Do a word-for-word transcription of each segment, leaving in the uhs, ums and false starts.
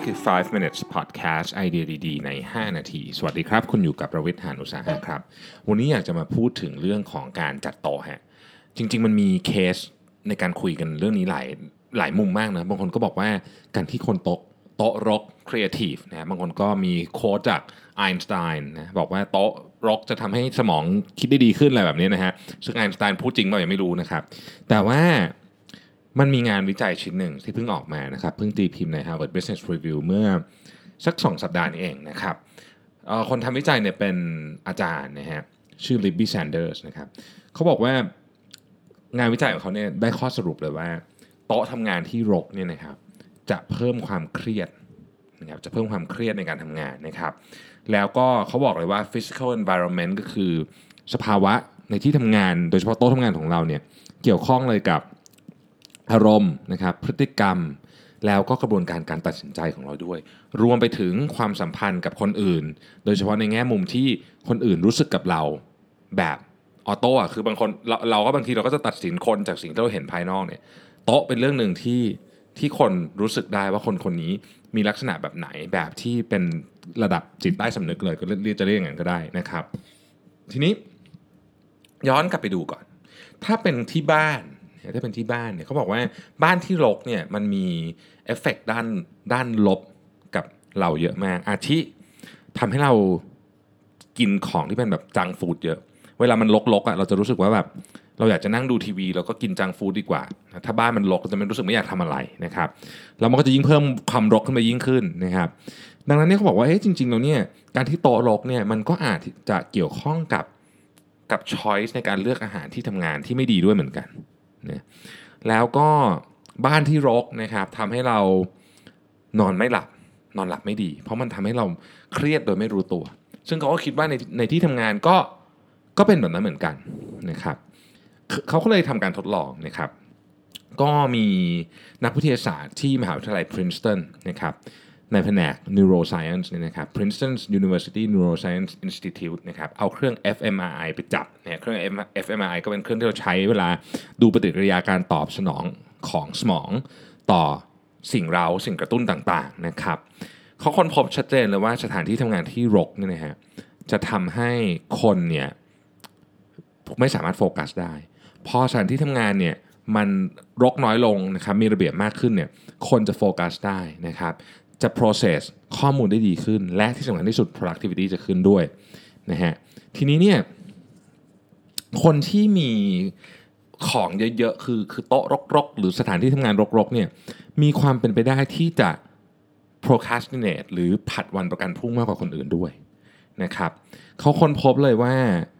คือ ไฟว์ minutes podcast ไอเดียดีๆในห้านาทีสวัสดีครับคุณอยู่กับประวิทย์ หาญอุตสาหะครับวันนี้อยากจะมาพูดถึงเรื่องของการจัดโต๊ะฮะจริงๆมันมีเคสในการคุยกันเรื่องนี้หลายหลายมุมมากนะบางคนก็บอกว่าการที่คนโต๊ะโต๊ะรก creative นะบางคนก็มีโค้ดจากไอน์สไตน์นะบอกว่าโต๊ะรกจะทำให้สมองคิดได้ดีขึ้นอะไรแบบนี้นะฮะซึ่งไอน์สไตน์พูดจริงเปล่ายังไม่รู้นะครับแต่ว่ามันมีงานวิจัยชิ้นหนึ่งที่เพิ่งออกมานะครับเพิ่งตีพิมพ์ใน Harvard Business Review เมื่อสักสองสัปดาห์นี้เองนะครับคนทำวิจัยเนี่ยเป็นอาจารย์นะฮะชื่อ Libby Sanders นะครับเขาบอกว่างานวิจัยของเขาเนี่ยได้ข้อสรุปเลยว่าโต๊ะทำงานที่รกเนี่ยนะครับจะเพิ่มความเครียดนะครับจะเพิ่มความเครียดในการทำงานนะครับแล้วก็เขาบอกเลยว่า physical environment ก็คือสภาวะในที่ทำงานโดยเฉพาะโต๊ะทำงานของเราเนี่ยเกี่ยวข้องเลยกับอารมณ์นะครับพฤติกรรมแล้วก็กระบวนการการตัดสินใจของเราด้วยรวมไปถึงความสัมพันธ์กับคนอื่นโดยเฉพาะในแง่มุมที่คนอื่นรู้สึกกับเราแบบออโต้อะคือบางคนเราเราก็บางทีเราก็จะตัดสินคนจากสิ่งที่เราเห็นภายนอกเนี่ยโต๊ะเป็นเรื่องหนึ่งที่ที่คนรู้สึกได้ว่าคนคนนี้มีลักษณะแบบไหนแบบที่เป็นระดับจิตใต้สำนึกเลยก็เรียกจะเรียกอย่างนั้นก็ได้นะครับทีนี้ย้อนกลับไปดูก่อนถ้าเป็นที่บ้านถ้าเป็นที่บ้านเนี่ยเขาบอกว่าบ้านที่รกเนี่ยมันมีเอฟเฟกต์ด้านด้านลบกับเราเยอะมากอาทิทำให้เรากินของที่เป็นแบบจังฟู้ดเยอะเวลามันรกๆอ่ะเราจะรู้สึกว่าแบบเราอยากจะนั่งดูทีวีเราก็กินจังฟู้ดดีกว่าถ้าบ้านมันรกจะไม่รู้สึกไม่อยากทำอะไรนะครับแล้วมันก็จะยิ่งเพิ่มความรกขึ้นไปยิ่งขึ้นนะครับดังนั้นเนี่ยเขาบอกว่าเอ๊ะจริงๆแล้วเนี่ยการที่โต๊ะรกเนี่ยมันก็อาจจะเกี่ยวข้องกับกับช้อยส์ในการเลือกอาหารที่ทำงานที่ไม่ดีด้วยเหมือนกันนะแล้วก็บ้านที่รกนะครับทำให้เรานอนไม่หลับนอนหลับไม่ดีเพราะมันทำให้เราเครียดโดยไม่รู้ตัวซึ่งเขาก็คิดว่าในในที่ทำงานก็ก็เป็นแบบนั้นเหมือนกันนะครับเขาก็เลยทำการทดลองนะครับก็มีนักวิทยาศาสตร์ที่มหาวิทยาลัย Princeton นะครับในแผนก Neuroscience เนี่ยนะครับ Princeton University Neuroscience Institute นะครับเอาเครื่อง เอฟ เอ็ม อาร์ ไอ ไปจับเนี่ยเครื่อง เอฟ เอ็ม อาร์ ไอ ก็เป็นเครื่องที่เราใช้เวลาดูปฏิกิริยาการตอบสนองของสมองต่อสิ่งเร้าสิ่งกระตุ้นต่างๆนะครับเขาค้นพบชัดเจนเลยว่าสถานที่ทำงานที่รกเนี่ยนะฮะจะทำให้คนเนี่ยไม่สามารถโฟกัสได้พอสถานที่ทำงานเนี่ยมันรกน้อยลงนะครับมีระเบียบมากขึ้นเนี่ยคนจะโฟกัสได้นะครับจะ process ข้อมูลได้ดีขึ้นและที่สำคัญที่สุด productivity จะขึ้นด้วยนะฮะทีนี้เนี่ยคนที่มีของเยอะๆคือคือโต๊ะรกๆหรือสถานที่ทำงานรกๆเนี่ยมีความเป็นไปได้ที่จะ procrastinate หรือผัดวันประกันพรุ่งมากกว่าคนอื่นด้วยนะครับเขาค้นพบเลยว่า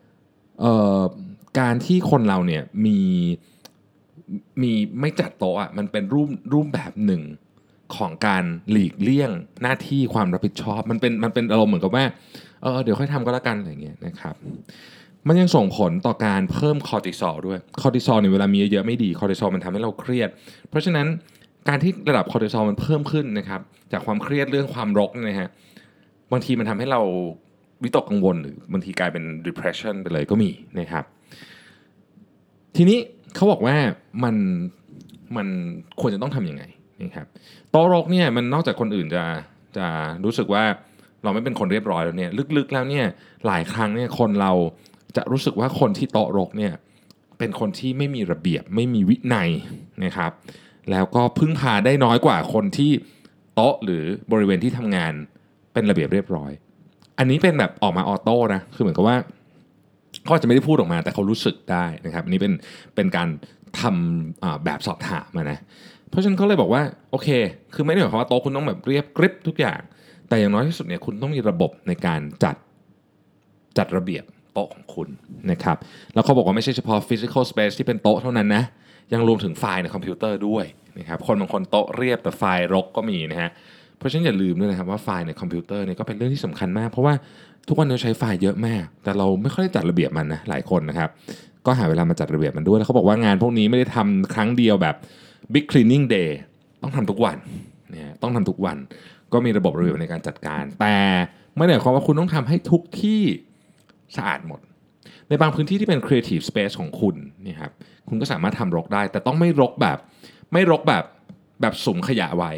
การที่คนเราเนี่ยมีมีไม่จัดโต๊ะอ่ะมันเป็นรูปรูปแบบหนึ่งของการหลีกเลี่ยงหน้าที่ความรับผิดชอบมันเป็นมันเป็นอารมณ์เหมือนกับว่าเออเดี๋ยวค่อยทำก็แล้วกันอะไรอย่างเงี้ยนะครับมันยังส่งผลต่อการเพิ่มคอร์ติซอลด้วยคอร์ติซอลเนี่ยเวลามีเยอะไม่ดีคอร์ติซอลมันทำให้เราเครียดเพราะฉะนั้นการที่ระดับคอร์ติซอลมันเพิ่มขึ้นนะครับจากความเครียดเรื่องความรกเนี่ยนะฮะบางทีมันทำให้เราวิตกกังวลหรือบางทีกลายเป็น depression ไปเลยก็มีนะครับทีนี้เขาบอกว่ามันมันควรจะต้องทำยังไงนะครับโต๊ะรกเนี่ยมันนอกจากคนอื่นจะจะรู้สึกว่าเราไม่เป็นคนเรียบร้อยแล้วเนี่ยลึกๆแล้วเนี่ยหลายครั้งเนี่ยคนเราจะรู้สึกว่าคนที่โต๊ะรกเนี่ยเป็นคนที่ไม่มีระเบียบไม่มีวินัยนะครับแล้วก็พึ่งพาได้น้อยกว่าคนที่โต๊ะหรือบริเวณที่ทำงานเป็นระเบียบเรียบร้อยอันนี้เป็นแบบออกมาออโต้นะคือเหมือนกับว่าเขาอาจจะไม่ได้พูดออกมาแต่เขารู้สึกได้นะครับอันนี้เป็นเป็นการทำแบบสอบถามนะเพราะฉะนั้นเขาเลยบอกว่าโอเคคือไม่ได้หมายความว่าโต๊ะคุณต้องแบบเรียบกริบทุกอย่างแต่อย่างน้อยที่สุดเนี่ยคุณต้องมีระบบในการจัดจัดระเบียบโต๊ะของคุณนะครับแล้วเขาบอกว่าไม่ใช่เฉพาะ physical space ที่เป็นโต๊ะเท่านั้นนะยังรวมถึงไฟล์ในคอมพิวเตอร์ด้วยนะครับคนบางคนโต๊ะเรียบแต่ไฟล์รกก็มีนะฮะเพราะฉะนั้นอย่าลืมด้วยนะครับว่าไฟล์ในคอมพิวเตอร์เนี่ยก็เป็นเรื่องที่สำคัญมากเพราะว่าทุกวันเราใช้ไฟล์เยอะมากแต่เราไม่ค่อยได้จัดระเบียบมันนะหลายคนนะครับก็หาเวลามาจัดระเบียบมันด้วยแล้วเขาบอกว่างานพวกนี้ไม่ได้ทำครั้งเดียวแบบ Big Cleaning Day ต้องทำทุกวันเนี่ยต้องทำทุกวันก็มีระบบระเบียบในการจัดการแต่ไม่ได้หมายความว่าคุณต้องทำให้ทุกที่สะอาดหมดในบางพื้นที่ที่เป็น Creative Space ของคุณเนี่ยครับคุณก็สามารถทำรกได้แต่ต้องไม่รกแบบไม่รกแบบแบบสุมขยะไว้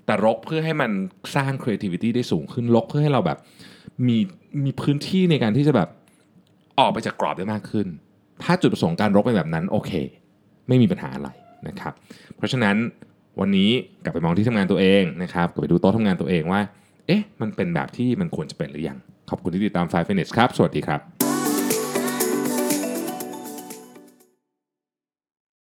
แต่รกเพื่อให้มันสร้าง creativity ได้สูงขึ้นรกเพื่อให้เราแบบมีมีพื้นที่ในการที่จะแบบออกไปจากกรอบได้มากขึ้นถ้าจุดประสงค์การรกเป็นแบบนั้นโอเคไม่มีปัญหาอะไรนะครับเพราะฉะนั้นวันนี้กลับไปมองที่ทำงานตัวเองนะครับกลับไปดูโต๊ะทำงานตัวเองว่าเอ๊ะมันเป็นแบบที่มันควรจะเป็นหรือยังขอบคุณที่ติดตามไฟว์ minutes ครับสวัสดีครับ